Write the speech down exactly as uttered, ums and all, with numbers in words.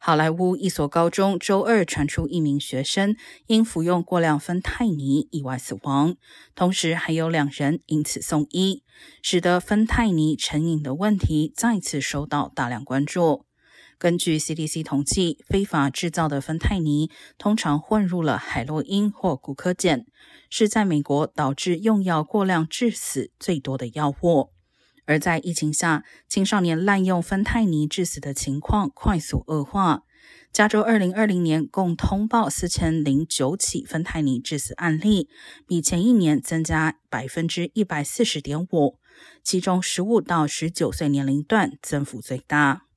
好莱坞一所高中周二传出一名学生因服用过量芬太尼意外死亡，同时还有两人因此送医，使得芬太尼成瘾的问题再次受到大量关注。根据 C D C 统计，非法制造的芬太尼通常混入了海洛因或古柯碱，是在美国导致用药过量致死最多的药物。而在疫情下，青少年滥用芬太尼致死的情况快速恶化。加州二零二零年共通报四千零九起芬太尼致死案例，比前一年增加 百分之一百四十点五， 其中十五到十九岁年龄段增幅最大。